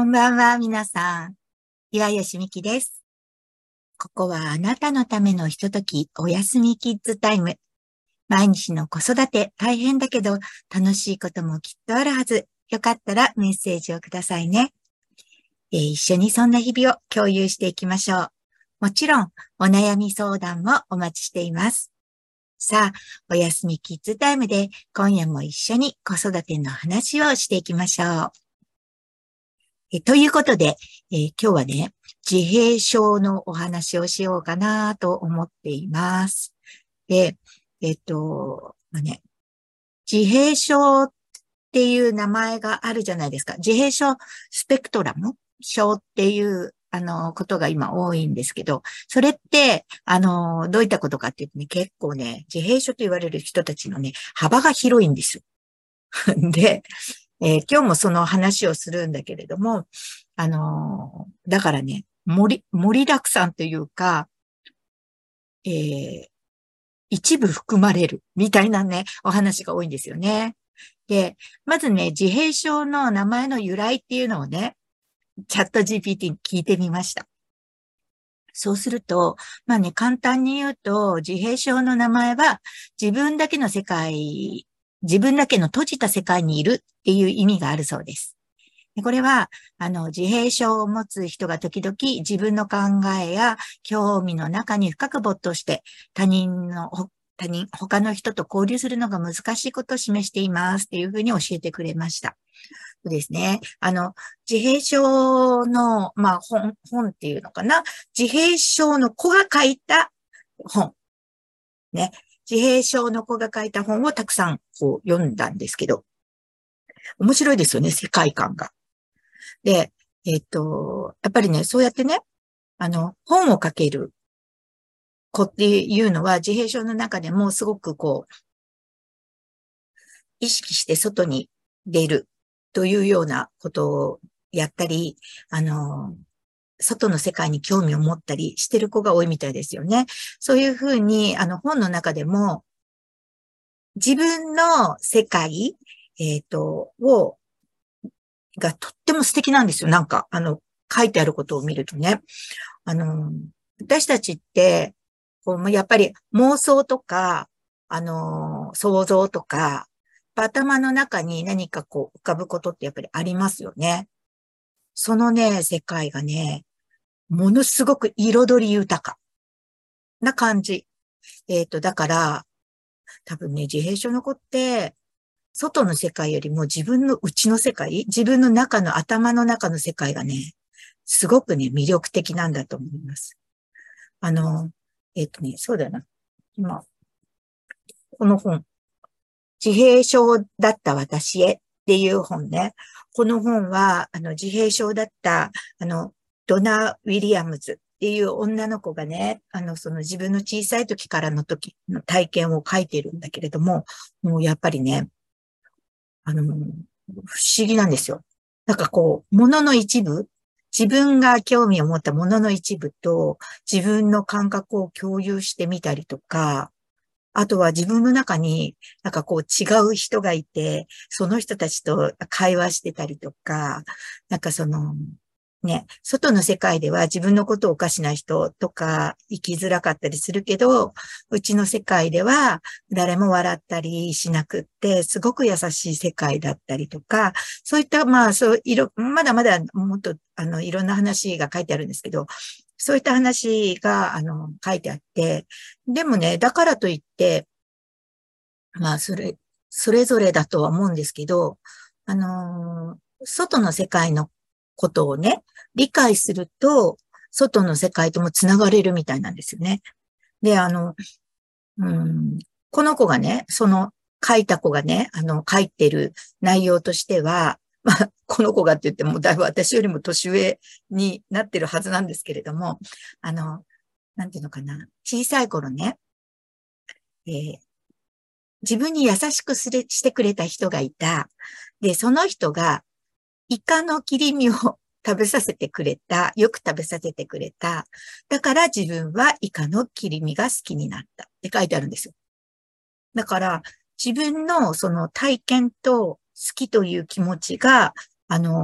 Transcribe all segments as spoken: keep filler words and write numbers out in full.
んばんは、皆さん。岩吉美希です。ここはあなたのためのひととき、おやすみキッズタイム。毎日の子育て大変だけど、楽しいこともきっとあるはず。よかったらメッセージをくださいね。えー一緒にそんな日々を共有していきましょう。もちろん、お悩み相談もお待ちしています。さあ、おやすみキッズタイムで、今夜も一緒に子育ての話をしていきましょう。えということで、えー今日はね、自閉症のお話をしようかなと思っています。で、えっと、まあね、自閉症っていう名前があるじゃないですか。自閉症スペクトラム症っていう、あの、ことが今多いんですけど、それって、あの、どういったことかっていうとね、結構ね、自閉症と言われる人たちのね、幅が広いんですよ。で、えー今日もその話をするんだけれども、あのーだからね、盛り、盛りだくさんというか、えー一部含まれるみたいなね、お話が多いんですよね。で、まずね、自閉症の名前の由来っていうのをね、チャット ジーピーティー に聞いてみました。そうすると、まあね、簡単に言うと、自閉症の名前は自分だけの世界、自分だけの閉じた世界にいるっていう意味があるそうです。でこれは、あの、自閉症を持つ人が時々自分の考えや興味の中に深く没頭して他人の、ほ他人、他の人と交流するのが難しいことを示していますっていうふうに教えてくれました。そうですね。あの、自閉症の、まあ、本、本っていうのかな。自閉症の子が書いた本。ね。自閉症の子が書いた本をたくさんこう読んだんですけど、面白いですよね、世界観が。で、えっと、やっぱりね、そうやってね、あの、本を書ける子っていうのは自閉症の中でもすごくこう、意識して外に出るというようなことをやったり、あの、外の世界に興味を持ったりしてる子が多いみたいですよね。そういうふうに、あの、本の中でも自分の世界、えっと、を、がとっても素敵なんですよ。なんか、あの、書いてあることを見るとね。あの、私たちって、こうやっぱり妄想とか、あの、想像とか、頭の中に何かこう浮かぶことってやっぱりありますよね。そのね、世界がね、ものすごく彩り豊かな感じ。えっと、だから、多分ね、自閉症の子って、外の世界よりも自分の内の世界、自分の中の頭の中の世界がね、すごくね、魅力的なんだと思います。あの、えっとね、そうだな。今、この本、自閉症だった私へっていう本ね。この本は、あの、自閉症だった、あの、ドナ・ウィリアムズっていう女の子がね、あの、その自分の小さい時からの時の体験を書いてるんだけれども、もうやっぱりね、あの、不思議なんですよ。なんかこう、ものの一部、自分が興味を持ったものの一部と自分の感覚を共有してみたりとか、あとは自分の中になんかこう違う人がいて、その人たちと会話してたりとか、なんかその、ね、外の世界では自分のことをおかしな人とか生きづらかったりするけど、うちの世界では誰も笑ったりしなくって、すごく優しい世界だったりとか、そういった、まあ、そう、いろ、まだまだもっと、あの、いろんな話が書いてあるんですけど、そういった話が、あの、書いてあって、でもね、だからといって、まあ、それ、それぞれだとは思うんですけど、あのー外の世界のことをね、理解すると、外の世界ともつながれるみたいなんですよね。で、あの、うん、この子がね、その書いた子がね、あの、書いてる内容としては、まあ、この子がって言っても、だいぶ私よりも年上になってるはずなんですけれども、あの、なんていうのかな、小さい頃ね、えー自分に優しくすれしてくれた人がいた。で、その人がイカの切り身を食べさせてくれた。よく食べさせてくれた。だから自分はイカの切り身が好きになったって書いてあるんですよ。だから自分のその体験と好きという気持ちが、あの、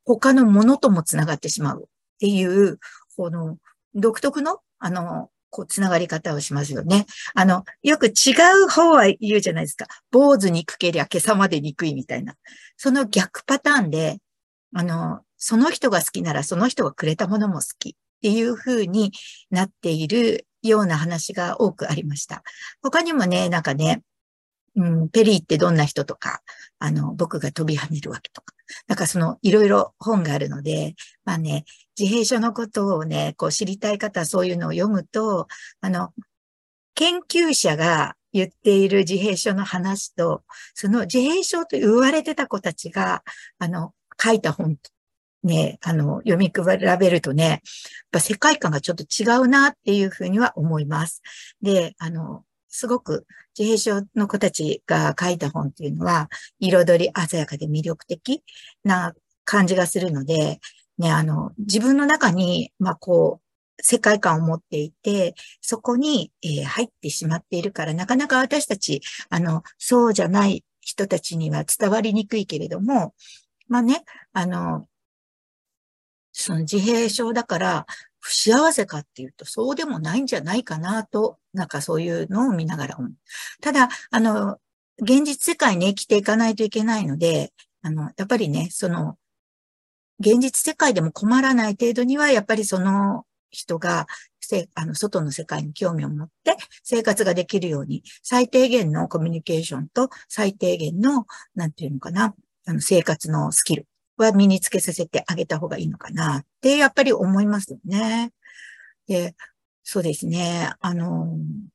他のものともつながってしまうっていう、この独特の、あの、こう、つながり方をしますよね。あの、よく違う方は言うじゃないですか。坊主憎けりゃ今朝まで憎いみたいな。その逆パターンで、あの、その人が好きならその人がくれたものも好きっていう風になっているような話が多くありました。他にもね、なんかね、うん、ペリーってどんな人とか、あの、僕が飛び跳ねるわけとか。なんかその、いろいろ本があるので、まあね、自閉症のことをね、こう知りたい方はそういうのを読むと、あの、研究者が言っている自閉症の話と、その自閉症と言われてた子たちが、あの、書いた本、ね、あの、読み比べるとね、やっぱ世界観がちょっと違うなっていうふうには思います。で、あの、すごく自閉症の子たちが書いた本っていうのは、彩り鮮やかで魅力的な感じがするので、ね、あの、自分の中に、まあ、こう、世界観を持っていて、そこに、えー入ってしまっているから、なかなか私たち、あの、そうじゃない人たちには伝わりにくいけれども、まあね、あの、その自閉症だから不幸せかっていうと、そうでもないんじゃないかなと、なんかそういうのを見ながら思う。ただ、あの、現実世界に生きていかないといけないので、あの、やっぱりね、その、現実世界でも困らない程度には、やっぱりその人が、せ、あの、外の世界に興味を持って生活ができるように、最低限のコミュニケーションと最低限の、なんていうのかな、あの、生活のスキルは身につけさせてあげた方がいいのかなって、やっぱり思いますよね。で、そうですね。あの、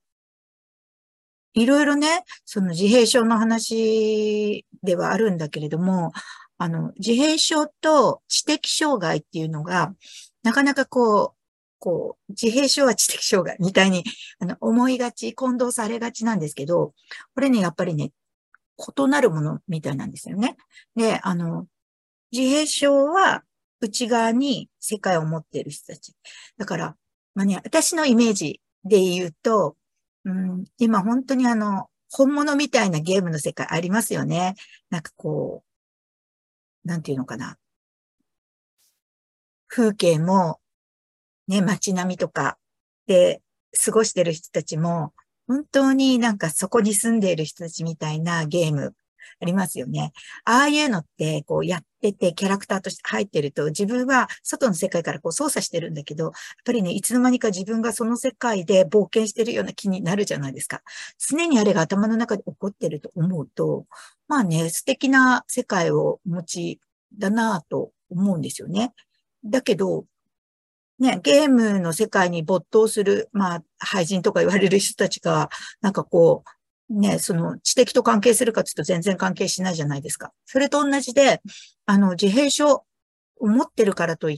いろいろね、その自閉症の話ではあるんだけれども、あの、自閉症と知的障害っていうのが、なかなかこう、こう、自閉症は知的障害みたいに、あの、思いがち、混同されがちなんですけど、これね、やっぱりね、異なるものみたいなんですよね。で、あの、自閉症は内側に世界を持っている人たち。だから、まあね、私のイメージで言うと、うん、今本当にあの、本物みたいなゲームの世界ありますよね。なんかこう、なんていうのかな。風景も、ね、街並みとかで過ごしてる人たちも、本当になんかそこに住んでいる人たちみたいなゲームありますよね。ああいうのって、こうやっててキャラクターとして入ってると、自分は外の世界からこう操作してるんだけど、やっぱりね、いつの間にか自分がその世界で冒険してるような気になるじゃないですか。常にあれが頭の中で起こってると思うと、まあね、素敵な世界をお持ちだなぁと思うんですよね。だけど、ね、ゲームの世界に没頭する、まあ、廃人とか言われる人たちが、なんかこう、ね、その知的と関係するかというと全然関係しないじゃないですか。それと同じで、あの、自閉症を持ってるからといって、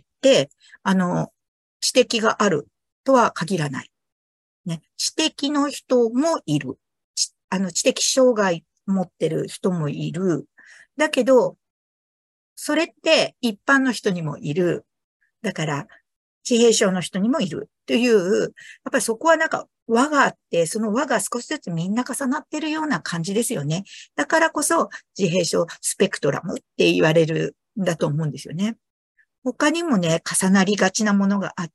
あの、知的があるとは限らない。ね、知的の人もいる。あの、知的障害持ってる人もいる。だけど、それって一般の人にもいる。だから、自閉症の人にもいるという、やっぱりそこはなんか輪があって、その輪が少しずつみんな重なってるような感じですよね。だからこそ自閉症スペクトラムって言われるんだと思うんですよね。他にもね、重なりがちなものがあって、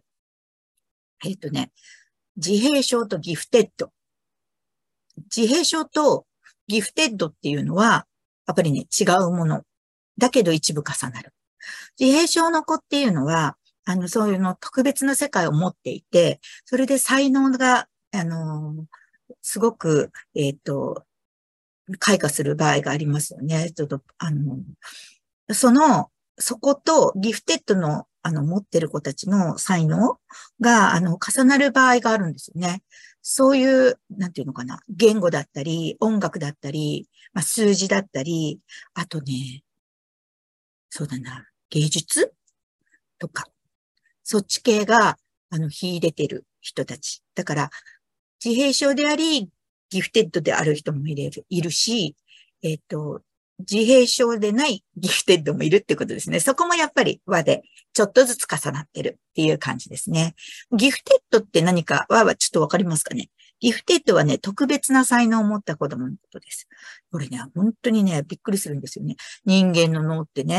えっとね、自閉症とギフテッド。自閉症とギフテッドっていうのは、やっぱりね、違うもの。だけど一部重なる。自閉症の子っていうのは、あの、そういうの特別な世界を持っていて、それで才能が、あの、すごく、えっと、開花する場合がありますよね。ちょっと、あの、その、そことギフテッドの、あの、持ってる子たちの才能が、あの、重なる場合があるんですよね。そういう、なんていうのかな、言語だったり、音楽だったり、まあ、数字だったり、あとね、そうだな、芸術とか、そっち系が、あの、秀でてる人たち。だから、自閉症であり、ギフテッドである人もいるいるし、えっと、自閉症でないギフテッドもいるってことですね。そこもやっぱり輪でちょっとずつ重なってるっていう感じですね。ギフテッドって何かはちょっとわかりますかね。ギフテッドはね、特別な才能を持った子供のことです。これね、本当にね、びっくりするんですよね。人間の脳ってね、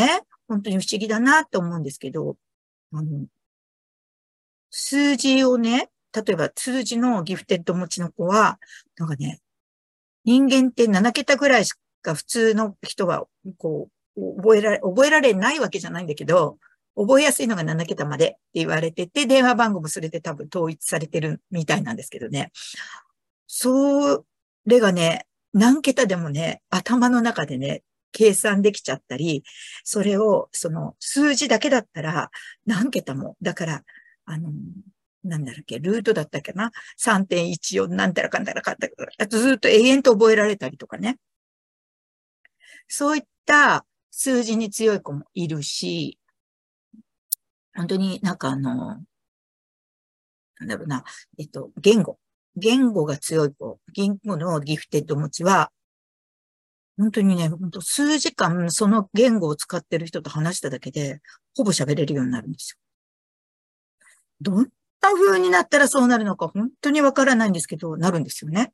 本当に不思議だなと思うんですけど、あの、数字をね、例えば数字のギフテッド持ちの子は、なんかね、人間ってなな桁ぐらいしか普通の人は、こう、覚えられ、覚えられないわけじゃないんだけど、覚えやすいのがなな桁までって言われてて、電話番号もそれで多分統一されてるみたいなんですけどね。それがね、何桁でもね、頭の中でね、計算できちゃったり、それを、その数字だけだったら何桁も、だから、あの、なんだっけ、ルートだったっけな ?さんてんいちよん なんたらかんたらかんたら、あとずっと永遠と覚えられたりとかね。そういった数字に強い子もいるし、本当になんかあの、なんだろうな、えっと、言語。言語が強い子、言語のギフテッド持ちは、本当にね、本当数時間その言語を使ってる人と話しただけで、ほぼ喋れるようになるんですよ。どんな風になったらそうなるのか本当にわからないんですけど、なるんですよね。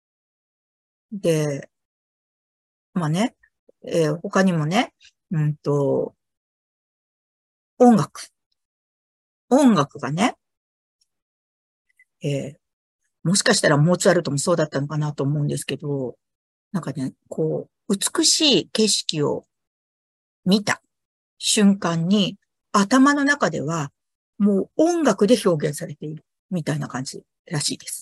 で、まあね、えー他にもね、うんと、音楽。音楽がね、えーもしかしたらモーツァルトもそうだったのかなと思うんですけど、なんかね、こう、美しい景色を見た瞬間に、頭の中では、もう音楽で表現されている、みたいな感じらしいです。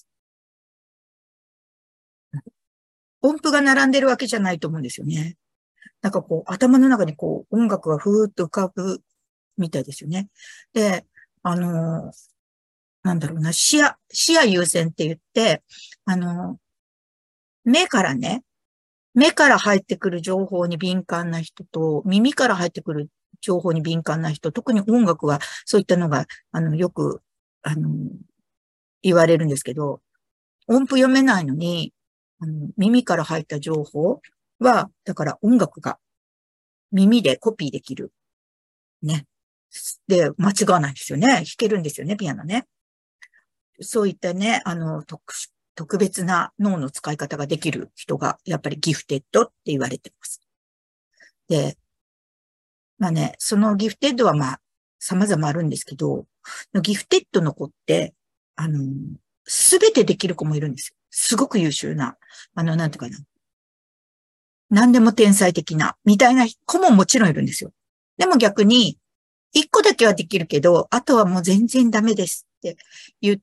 音符が並んでるわけじゃないと思うんですよね。なんかこう、頭の中にこう、音楽がふーっと浮かぶみたいですよね。で、あの、なんだろうな、視野、視野優先って言って、あの、目からね、目から入ってくる情報に敏感な人と、耳から入ってくる情報に敏感な人、特に音楽はそういったのが、あの、よく、あの、言われるんですけど、音符読めないのに、あの耳から入った情報は、だから音楽が耳でコピーできる。ね。で、間違わないんですよね。弾けるんですよね、ピアノね。そういったね、あの、特殊、特別な脳の使い方ができる人が、やっぱりギフテッドって言われてます。で、まあね、そのギフテッドはまあ、様々あるんですけど、ギフテッドの子って、あの、すべてできる子もいるんですよ。すごく優秀な、あの、なんていうかな。何でも天才的な、みたいな子ももちろんいるんですよ。でも逆に、一個だけはできるけど、あとはもう全然ダメですって言って、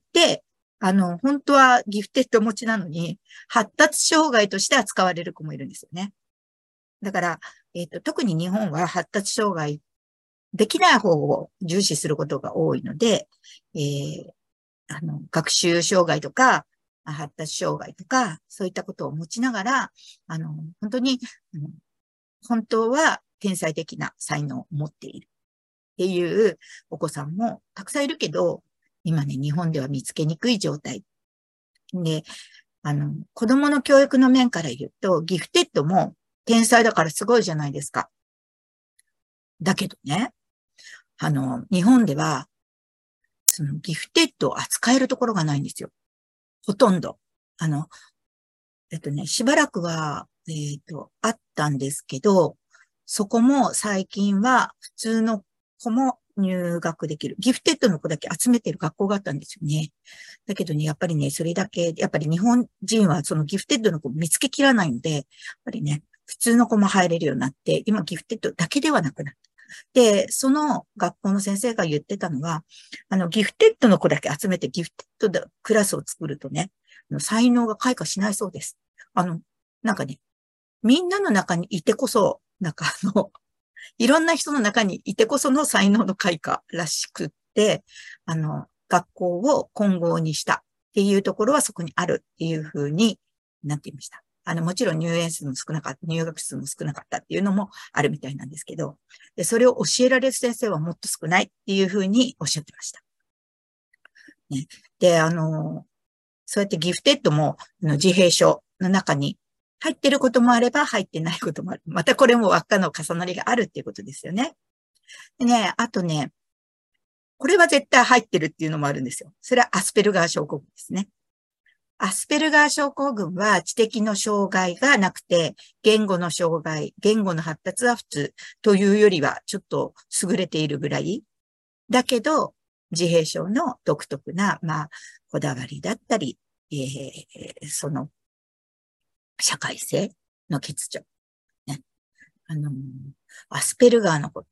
あの、本当はギフテッド持ちなのに、発達障害として扱われる子もいるんですよね。だから、えっと、特に日本は発達障害できない方を重視することが多いので、えー、あの、学習障害とか、発達障害とか、そういったことを持ちながら、あの、本当に、あの本当は天才的な才能を持っているっていうお子さんもたくさんいるけど、今ね、日本では見つけにくい状態。で、あの、子供の教育の面から言うと、ギフテッドも天才だからすごいじゃないですか。だけどね、あの、日本では、そのギフテッドを扱えるところがないんですよ。ほとんど。あの、えっとね、しばらくは、えっと、あったんですけど、そこも最近は普通の子も入学できる。ギフテッドの子だけ集めてる学校があったんですよね。だけどね、やっぱりね、それだけ、やっぱり日本人はそのギフテッドの子を見つけきらないので、やっぱりね、普通の子も入れるようになって、今ギフテッドだけではなくなった。で、その学校の先生が言ってたのは、あの、ギフテッドの子だけ集めてギフテッドのクラスを作るとね、才能が開花しないそうです。あの、なんかね、みんなの中にいてこそ、なんかあの、いろんな人の中にいてこその才能の開花らしくって、あの、学校を混合にしたっていうところはそこにあるっていうふうになっていました。あの、もちろん入園数も少なかった、入学数も少なかったっていうのもあるみたいなんですけど、で、それを教えられる先生はもっと少ないっていうふうにおっしゃってました。ね。で、あの、そうやってギフテッドも、自閉症の中に入ってることもあれば入ってないこともある。またこれも輪っかの重なりがあるっていうことですよね。でね、あとね、これは絶対入ってるっていうのもあるんですよ。それはアスペルガー症候群ですね。 アスペルガー症候群は知的の障害がなくて、言語の障害、言語の発達は普通というよりはちょっと優れているぐらい。だけど、自閉症の独特な、まあ、こだわりだったり、えー、その、社会性の欠如。ね。あの、アスペルガーの子って、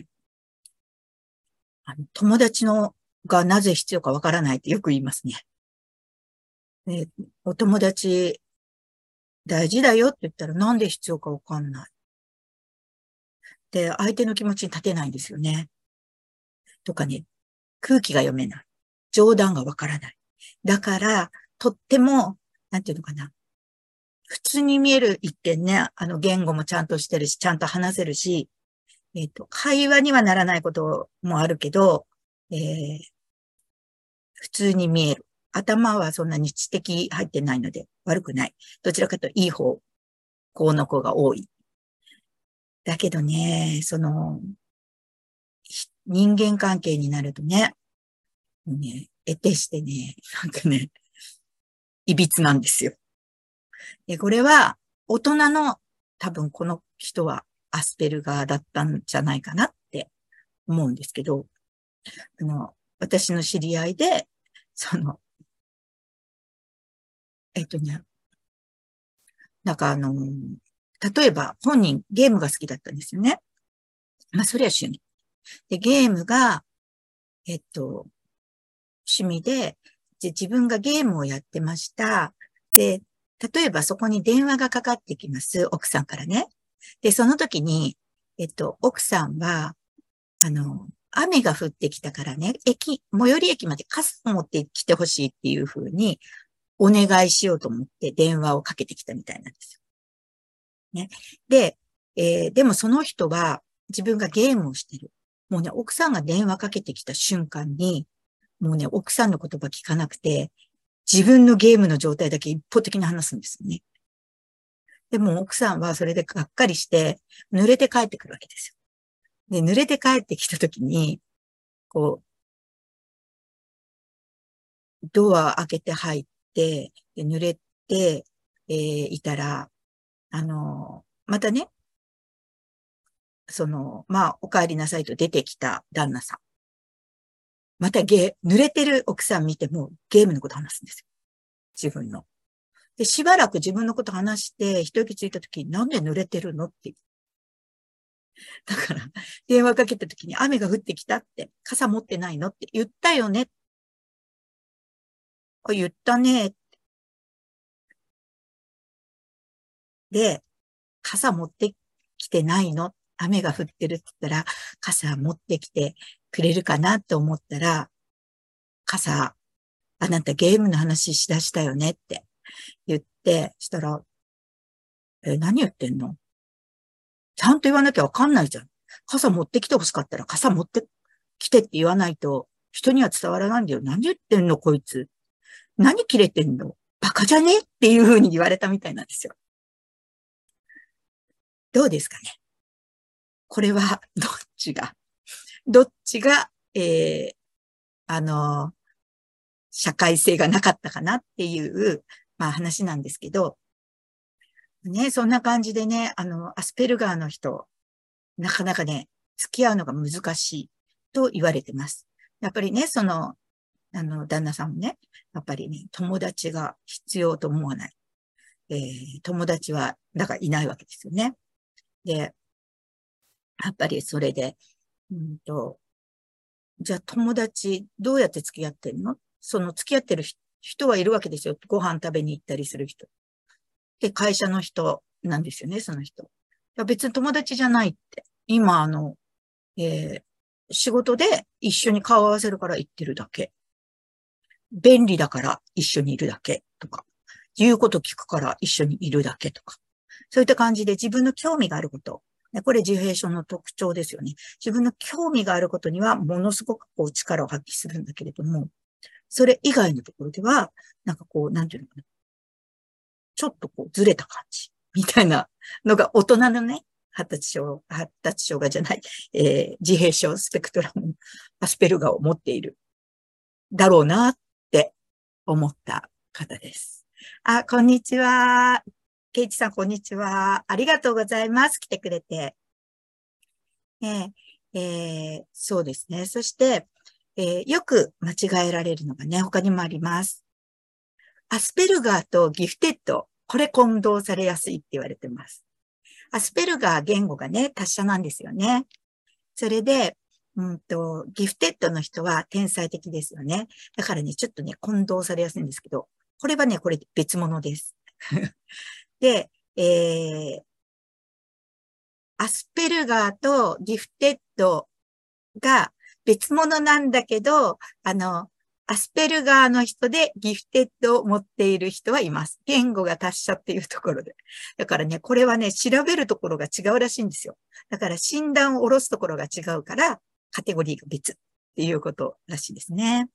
あの友達のがなぜ必要かわからないってよく言いますね。ね、お友達大事だよって言ったらなんで必要かわかんない。で、相手の気持ちに立てないんですよね。とかね、空気が読めない。冗談がわからない。だから、とっても、なんていうのかな。普通に見える一点ね、あの、言語もちゃんとしてるし、ちゃんと話せるし、えっと、会話にはならないこともあるけど、えー、普通に見える。頭はそんなに知的入ってないので悪くない。どちらかというといい方向の子が多い。だけどね、その、人間関係になるとね、ね、得てしてね、なんかね、いびつなんですよ。で、これは大人の多分この人はアスペルガーだったんじゃないかなって思うんですけど、あの、私の知り合いで、その、えっとね、なんかあの、例えば本人ゲームが好きだったんですよね。まあそれは趣味。で、ゲームが、えっと、趣味で、で自分がゲームをやってました。で、例えばそこに電話がかかってきます。奥さんからね。で、その時に、えっと、奥さんは、あの、雨が降ってきたからね、駅、最寄り駅まで傘を持ってきてほしいっていうふうにお願いしようと思って電話をかけてきたみたいなんですよ。ね。で、えーでもその人は自分がゲームをしてる。もうね、奥さんが電話かけてきた瞬間に、もうね、奥さんの言葉聞かなくて、自分のゲームの状態だけ一方的に話すんですよね。でも奥さんはそれでがっかりして、濡れて帰ってくるわけですよ。で、濡れて帰ってきた時に、こう、ドア開けて入って、で濡れて、えーいたら、あの、またね、その、まあ、お帰りなさいと出てきた旦那さん。またゲー、濡れてる奥さん見てもゲームのこと話すんですよ。自分の。で、しばらく自分のこと話して、一息ついた時になんで濡れてるのって。だから、電話かけた時に雨が降ってきたって、傘持ってないのって言ったよね。あ、言ったね。で、傘持ってきてないの？雨が降ってるって言ったら、傘持ってきてくれるかなって思ったら、傘、あなたゲームの話しだしたよねって言って、したら、え、何言ってんの？ちゃんと言わなきゃわかんないじゃん。傘持ってきて欲しかったら傘持ってきてって言わないと人には伝わらないんだよ。何言ってんのこいつ。何切れてんの？バカじゃねっていう風に言われたみたいなんですよ。どうですかね？これはどっちが、どっちが、えー、あの、社会性がなかったかなっていう、まあ話なんですけど、ね、そんな感じでね、あの、アスペルガーの人、なかなかね、付き合うのが難しいと言われてます。やっぱりね、その、あの、旦那さんもね、やっぱりね、友達が必要と思わない。えー、友達は、だからいないわけですよね。で、やっぱりそれで、うんと、じゃあ友達どうやって付き合ってんの？その付き合ってる人はいるわけですよ。ご飯食べに行ったりする人。で、会社の人なんですよね、その人。いや別に友達じゃないって。今、あの、えー、仕事で一緒に顔合わせるから行ってるだけ。便利だから一緒にいるだけとか。言うこと聞くから一緒にいるだけとか。そういった感じで自分の興味があること。これ自閉症の特徴ですよね。自分の興味があることにはものすごくこう力を発揮するんだけれども、それ以外のところでは、なんかこう、なんていうのかな。ちょっとこうずれた感じ。みたいなのが大人のね、発達症、発達障害じゃない、えー、自閉症スペクトラム、アスペルガーを持っているだろうなって思った方です。 あ、こんにちは。ケイチさん、こんにちは。ありがとうございます。来てくれて。えーえーそうですね。そして、えーよく間違えられるのがね、他にもあります。アスペルガーとギフテッド。これ混同されやすいって言われてます。アスペルガー言語がね、達者なんですよね。それで、うんと、ギフテッドの人は天才的ですよね。だからね、ちょっとね、混同されやすいんですけど、これはね、これ別物です。で、えー、アスペルガーとギフテッドが別物なんだけど、あの、アスペルガーの人でギフテッドを持っている人はいます。言語が達者っていうところで。だからね、これはね、調べるところが違うらしいんですよ。だから診断を下ろすところが違うから、カテゴリーが別っていうことらしいですね。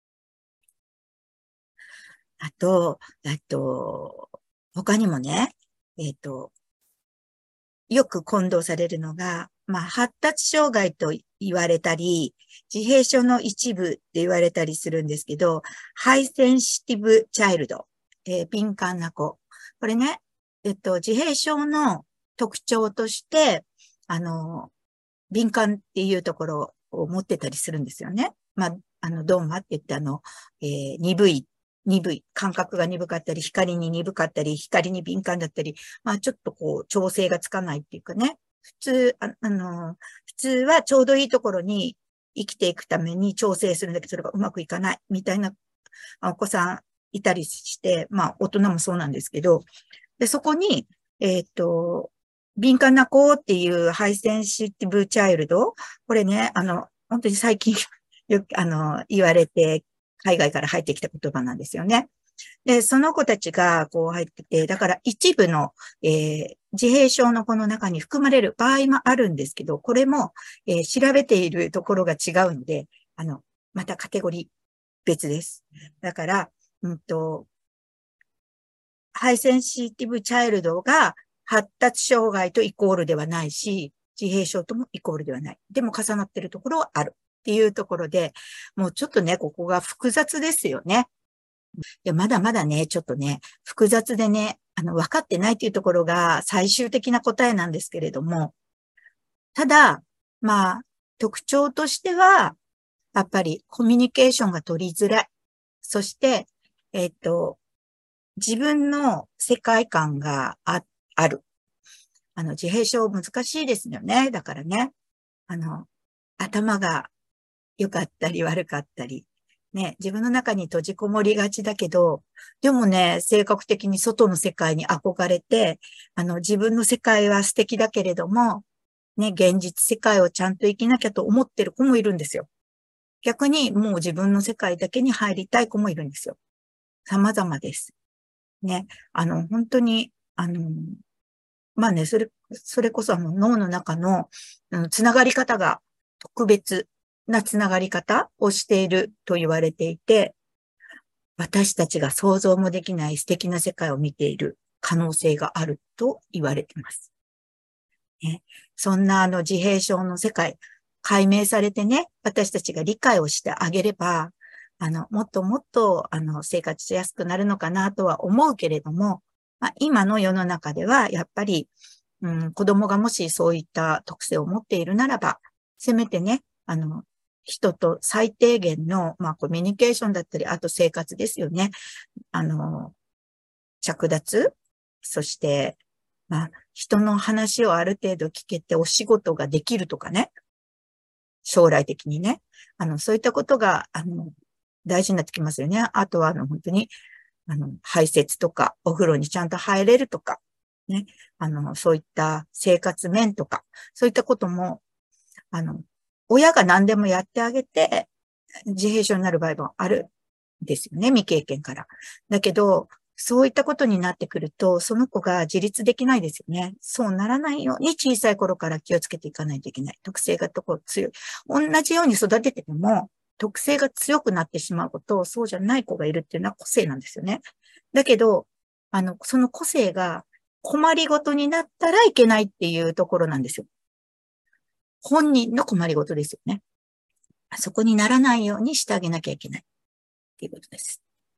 あと、あと、他にもね、えっと、よく混同されるのが、まあ、発達障害と言われたり、自閉症の一部って言われたりするんですけど、ハイセンシティブチャイルド、えー敏感な子。これね、えっと、自閉症の特徴として、あの、敏感っていうところを持ってたりするんですよね。まあ、あの、ドーマって言ってあの、えー鈍い、鈍い、感覚が鈍かったり、光に鈍かったり、光に敏感だったり、まあ、ちょっとこう、調整がつかないっていうかね。普通、あ、あの、普通はちょうどいいところに生きていくために調整するんだけど、それがうまくいかない、みたいなお子さんいたりして、まあ、大人もそうなんですけど、で、そこに、えっと、敏感な子っていうハイセンシティブチャイルド、これね、あの、本当に最近よく、あの、言われて、海外から入ってきた言葉なんですよね。で、その子たちがこう入ってて、だから一部の、えー自閉症の子の中に含まれる場合もあるんですけど、これも、えー調べているところが違うので、あの、またカテゴリー別です。だから、うんと、ハイセンシティブチャイルドが発達障害とイコールではないし、自閉症ともイコールではない。でも重なっているところはあるっていうところで、もうちょっとね、ここが複雑ですよね。で、まだまだね、ちょっとね、複雑でね、あの、分かってないっていうところが最終的な答えなんですけれども、ただ、まあ、特徴としては、やっぱりコミュニケーションが取りづらい。そして、えっと、自分の世界観があ、ある。あの、自閉症難しいですよね。だからね。あの、頭が良かったり悪かったり。ね、自分の中に閉じこもりがちだけど、でもね、性格的に外の世界に憧れて、あの、自分の世界は素敵だけれども、ね、現実世界をちゃんと生きなきゃと思ってる子もいるんですよ。逆にもう自分の世界だけに入りたい子もいるんですよ。様々です。ね。あの、本当に、あの、まあね、それ、それこそあの脳の中の、うん、つながり方が特別なつながり方をしていると言われていて、私たちが想像もできない素敵な世界を見ている可能性があると言われています。ね、そんなあの自閉症の世界、解明されてね、私たちが理解をしてあげれば、あの、もっともっと、あの、生活しやすくなるのかなとは思うけれども、まあ、今の世の中では、やっぱり、うん、子供がもしそういった特性を持っているならば、せめてね、あの、人と最低限の、まあ、コミュニケーションだったり、あと生活ですよね。あの、着脱、そして、まあ、人の話をある程度聞けてお仕事ができるとかね、将来的にね。あの、そういったことが、あの、大事になってきますよね。あとは、あの、本当に、あの、排泄とか、お風呂にちゃんと入れるとか、ね。あの、そういった生活面とか、そういったことも、あの、親が何でもやってあげて、自閉症になる場合もあるんですよね、未経験から。だけど、そういったことになってくると、その子が自立できないですよね。そうならないように小さい頃から気をつけていかないといけない。特性がとこ強い。同じように育ててても、特性が強くなってしまう子と、そうじゃない子がいるっていうのは個性なんですよね。だけど、あの、その個性が困りごとになったらいけないっていうところなんですよ。本人の困りごとですよね。そこにならないようにしてあげなきゃいけないっていうことです。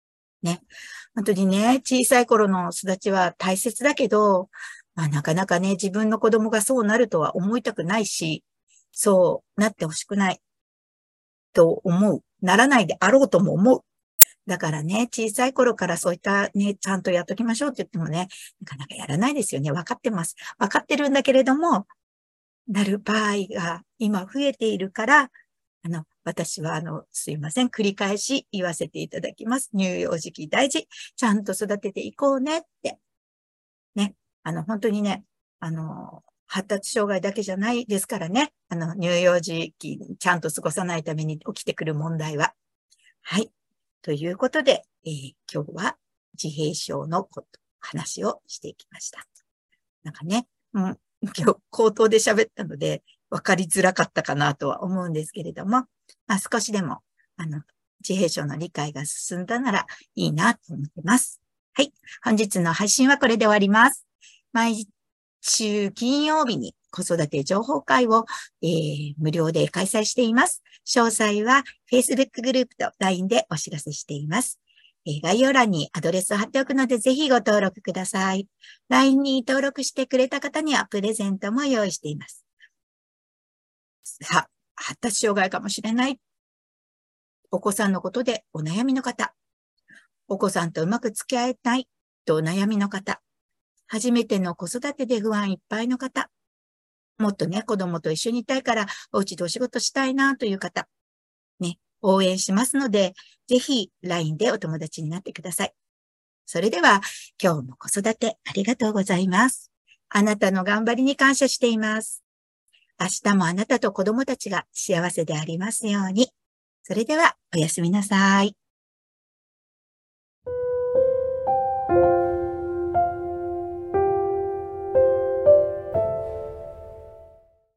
ね。本当にね、小さい頃の育ちは大切だけど、まあ、なかなかね、自分の子供がそうなるとは思いたくないし、そうなってほしくないと思う。ならないであろうとも思う。だからね、小さい頃からそういったね、ちゃんとやっときましょうって言ってもね、なかなかやらないですよね。わかってます。わかってるんだけれども、なる場合が今増えているから、あの、私はあの、すいません。繰り返し言わせていただきます。乳幼児期大事。ちゃんと育てていこうねって。ね。あの、本当にね、あの、発達障害だけじゃないですからね。あの、乳幼児期にちゃんと過ごさないために起きてくる問題は。はい。ということで、えー今日は自閉症のこと、話をしていきました。なんかね、うん、今日口頭で喋ったので、分かりづらかったかなとは思うんですけれども、まあ、少しでも、あの、自閉症の理解が進んだならいいなと思ってます。はい。本日の配信はこれで終わります。毎週金曜日に子育て情報会を、えー無料で開催しています。詳細は Facebook グループと ライン でお知らせしています。えー概要欄にアドレスを貼っておくので、ぜひご登録ください。ライン に登録してくれた方にはプレゼントも用意しています。さあ、発達障害かもしれない。お子さんのことでお悩みの方。お子さんとうまく付き合えないとお悩みの方。初めての子育てで不安いっぱいの方。もっとね、子供と一緒にいたいから、お家でお仕事したいなという方。ね、応援しますので、ぜひ ライン でお友達になってください。それでは、今日も子育てありがとうございます。あなたの頑張りに感謝しています。明日もあなたと子供たちが幸せでありますように。それでは、おやすみなさい。